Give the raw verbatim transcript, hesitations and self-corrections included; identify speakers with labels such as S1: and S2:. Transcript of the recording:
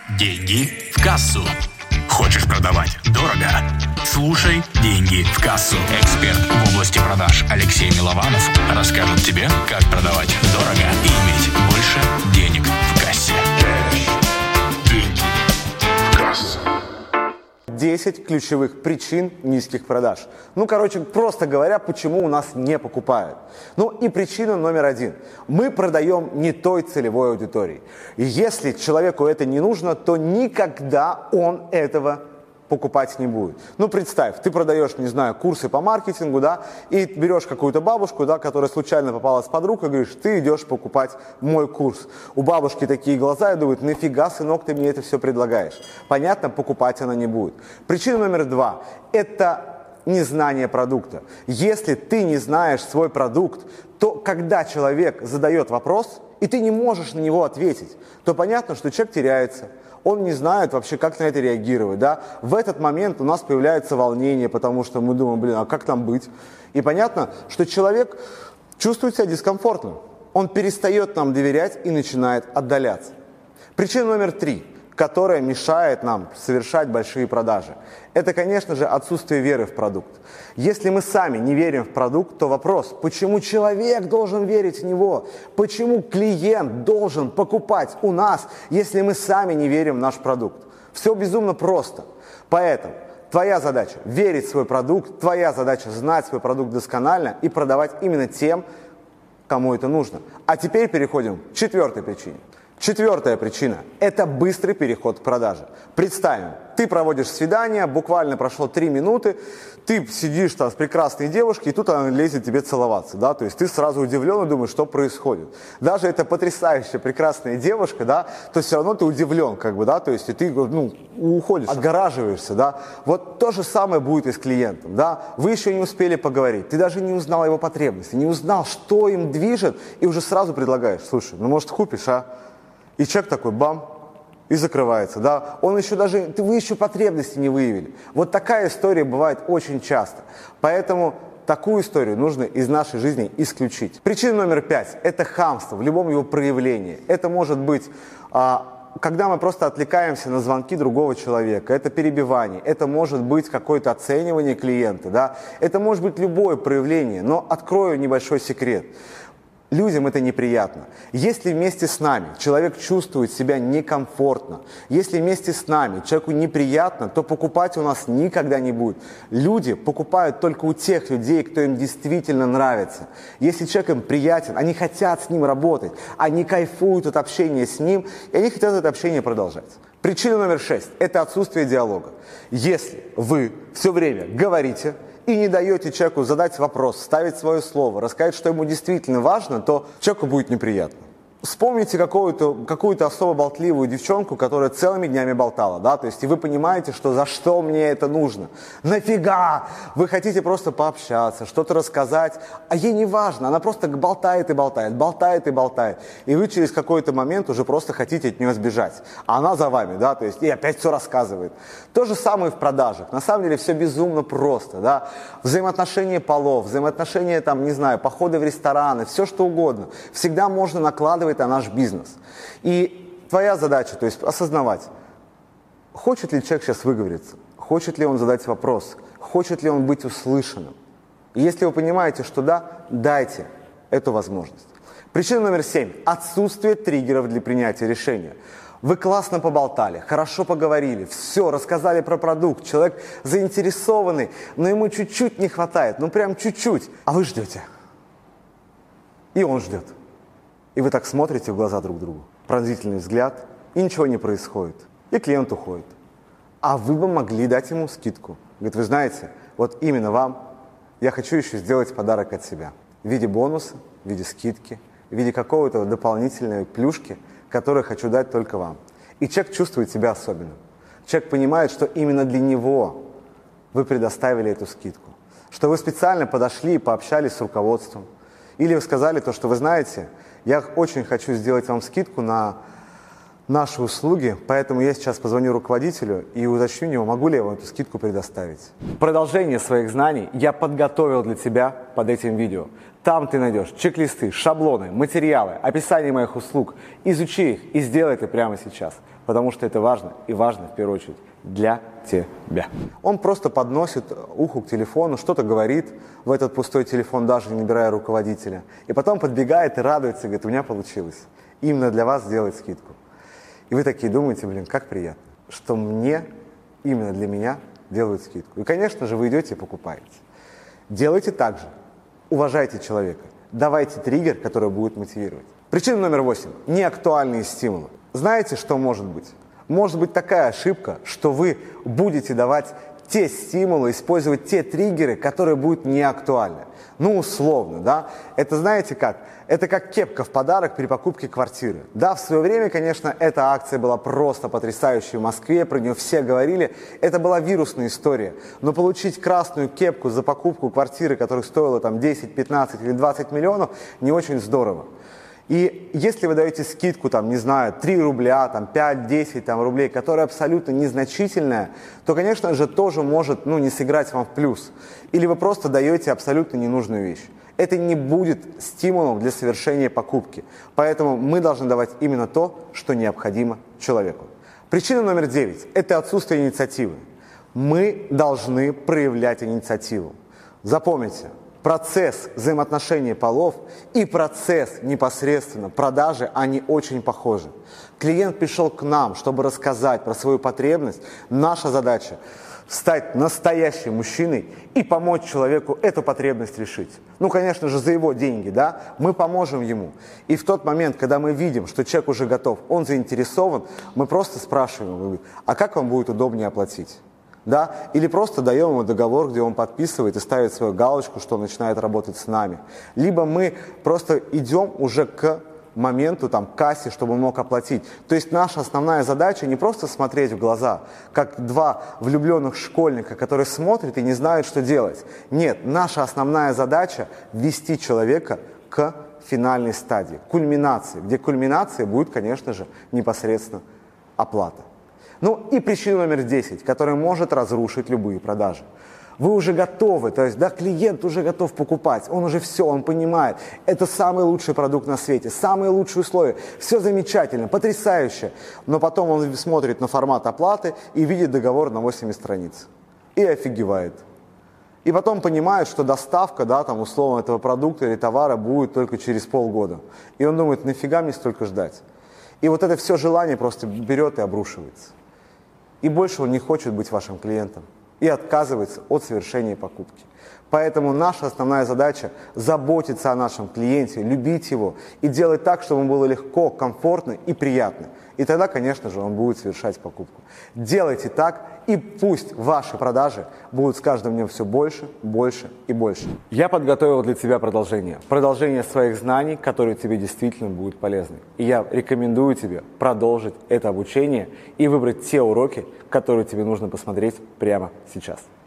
S1: Деньги в кассу. Хочешь продавать дорого? Слушай «Деньги в кассу». Эксперт в области продаж Алексей Милованов расскажет тебе, как продавать дорого и иметь больше денег в кассе. Деньги в кассу.
S2: десять ключевых причин низких продаж. Ну, короче, просто говоря, почему у нас не покупают. Ну и причина номер один. Мы продаем не той целевой аудитории. И если человеку это не нужно, то никогда он этого покупать не будет. Ну, представь, ты продаешь, не знаю, курсы по маркетингу, да, и берешь какую-то бабушку, да, которая случайно попалась под руку, и говоришь, ты идешь покупать мой курс. У бабушки такие глаза и думают, нафига, сынок, ты мне это все предлагаешь? Понятно, покупать она не будет. Причина номер два – это незнание продукта. Если ты не знаешь свой продукт, то когда человек задает вопрос, и ты не можешь на него ответить, то понятно, что человек теряется. Он не знает вообще, как на это реагировать. Да? В этот момент у нас появляется волнение, потому что мы думаем, блин, а как нам быть? И понятно, что человек чувствует себя дискомфортно. Он перестает нам доверять и начинает отдаляться. Причина номер три, которая мешает нам совершать большие продажи, это, конечно же, отсутствие веры в продукт. Если мы сами не верим в продукт, то вопрос, почему человек должен верить в него? Почему клиент должен покупать у нас, если мы сами не верим в наш продукт? Все безумно просто. Поэтому твоя задача – верить в свой продукт, твоя задача – знать свой продукт досконально и продавать именно тем, кому это нужно. А теперь переходим к четвертой причине. Четвертая причина – это быстрый переход к продаже. Представим, ты проводишь свидание, буквально прошло три минуты, ты сидишь там с прекрасной девушкой, и тут она лезет тебе целоваться, да, то есть ты сразу удивлен и думаешь, что происходит. Даже это потрясающая, прекрасная девушка, да, то все равно ты удивлен, как бы, да, то есть и ты, ну, уходишь, отгораживаешься, да. Вот то же самое будет и с клиентом, да. Вы еще не успели поговорить, ты даже не узнал его потребности, не узнал, что им движет, и уже сразу предлагаешь, слушай, ну, может, купишь, а? И человек такой, бам, и закрывается, да. Он еще даже, вы еще потребности не выявили. Вот такая история бывает очень часто. Поэтому такую историю нужно из нашей жизни исключить. Причина номер пять – это хамство в любом его проявлении. Это может быть, а, когда мы просто отвлекаемся на звонки другого человека. Это перебивание, это может быть какое-то оценивание клиента, да. Это может быть любое проявление, но открою небольшой секрет. Людям это неприятно. Если вместе с нами человек чувствует себя некомфортно, если вместе с нами человеку неприятно, то покупать у нас никогда не будет. Люди покупают только у тех людей, кто им действительно нравится. Если человек им приятен, они хотят с ним работать, они кайфуют от общения с ним, и они хотят это общение продолжать. Причина номер шесть – это отсутствие диалога. Если вы все время говорите и не даете человеку задать вопрос, ставить свое слово, рассказать, что ему действительно важно, то человеку будет неприятно. Вспомните какую-то, какую-то особо болтливую девчонку, которая целыми днями болтала, да, то есть и вы понимаете, что за что мне это нужно, нафига, вы хотите просто пообщаться, что-то рассказать, а ей не важно, она просто болтает и болтает, болтает и болтает, и вы через какой-то момент уже просто хотите от нее сбежать, а она за вами, да, то есть и опять все рассказывает. То же самое в продажах, на самом деле все безумно просто, да, взаимоотношения полов, взаимоотношения там, не знаю, походы в рестораны, все что угодно, всегда можно накладывать на наш бизнес. И твоя задача, то есть осознавать, хочет ли человек сейчас выговориться, хочет ли он задать вопрос, хочет ли он быть услышанным. И если вы понимаете, что да, дайте эту возможность. Причина номер семь – отсутствие триггеров для принятия решения. Вы классно поболтали, хорошо поговорили, все, рассказали про продукт, человек заинтересованный, но ему чуть-чуть не хватает, ну прям чуть-чуть, а вы ждете. И он ждет. И вы так смотрите в глаза друг другу, пронзительный взгляд, и ничего не происходит. И клиент уходит. А вы бы могли дать ему скидку. Говорит, вы знаете, вот именно вам я хочу еще сделать подарок от себя. В виде бонуса, в виде скидки, в виде какого-то дополнительной плюшки, которую хочу дать только вам. И человек чувствует себя особенным. Человек понимает, что именно для него вы предоставили эту скидку. Что вы специально подошли и пообщались с руководством. Или вы сказали то, что вы знаете, я очень хочу сделать вам скидку на наши услуги, поэтому я сейчас позвоню руководителю и уточню у него, могу ли я вам эту скидку предоставить. Продолжение своих знаний я подготовил для тебя под этим видео. Там ты найдешь чек-листы, шаблоны, материалы, описание моих услуг. Изучи их и сделай это прямо сейчас. потому что это важно, и важно в первую очередь для тебя. Он просто подносит ухо к телефону, что-то говорит в этот пустой телефон, даже не набирая руководителя, и потом подбегает и радуется, говорит, у меня получилось. Именно для вас сделать скидку. И вы такие думаете, блин, как приятно, что мне, именно для меня делают скидку. И, конечно же, вы идете и покупаете. Делайте так же. Уважайте человека. Давайте триггер, который будет мотивировать. Причина номер восемь. Неактуальные стимулы. Знаете, что может быть? Может быть такая ошибка, что вы будете давать те стимулы, использовать те триггеры, которые будут неактуальны. Ну, условно, да. Это знаете как? Это как кепка в подарок при покупке квартиры. Да, в свое время, конечно, эта акция была просто потрясающей в Москве, про нее все говорили. Это была вирусная история. Но получить красную кепку за покупку квартиры, которая стоила там десять, пятнадцать или двадцать миллионов, не очень здорово. И если вы даете скидку, там, не знаю, три рубля, там, пять-десять там, рублей, которая абсолютно незначительная, то, конечно же, тоже может ну, не сыграть вам в плюс. Или вы просто даете абсолютно ненужную вещь. Это не будет стимулом для совершения покупки. Поэтому мы должны давать именно то, что необходимо человеку. Причина номер девять – это отсутствие инициативы. Мы должны проявлять инициативу. Запомните. Процесс взаимоотношений полов и процесс непосредственно продажи, они очень похожи. Клиент пришел к нам, чтобы рассказать про свою потребность. Наша задача – стать настоящим мужчиной и помочь человеку эту потребность решить. Ну, конечно же, за его деньги, да, мы поможем ему. И в тот момент, когда мы видим, что человек уже готов, он заинтересован, мы просто спрашиваем его, а как вам будет удобнее оплатить? Да? Или просто даем ему договор, где он подписывает и ставит свою галочку, что он начинает работать с нами. Либо мы просто идем уже к моменту, там, к кассе, чтобы он мог оплатить. То есть наша основная задача не просто смотреть в глаза, как два влюбленных школьника, которые смотрят и не знают, что делать. Нет, наша основная задача – ввести человека к финальной стадии, кульминации, где кульминацией будет, конечно же, непосредственно оплата. Ну и причина номер десять, которая может разрушить любые продажи. Вы уже готовы, то есть да, клиент уже готов покупать, он уже все, он понимает, это самый лучший продукт на свете, самые лучшие условия, все замечательно, потрясающе. Но потом он смотрит на формат оплаты и видит договор на восемьдесят страниц и офигевает. И потом понимает, что доставка, да, там, условно, этого продукта или товара будет только через полгода. И он думает, нафига мне столько ждать? И вот это все желание просто берет и обрушивается. И больше он не хочет быть вашим клиентом и отказывается от совершения покупки. Поэтому наша основная задача – заботиться о нашем клиенте, любить его и делать так, чтобы ему было легко, комфортно и приятно. И тогда, конечно же, он будет совершать покупку. Делайте так, и пусть ваши продажи будут с каждым днем все больше, больше и больше. Я подготовил для тебя продолжение. Продолжение своих знаний, которые тебе действительно будут полезны. И я рекомендую тебе продолжить это обучение и выбрать те уроки, которые тебе нужно посмотреть прямо сейчас.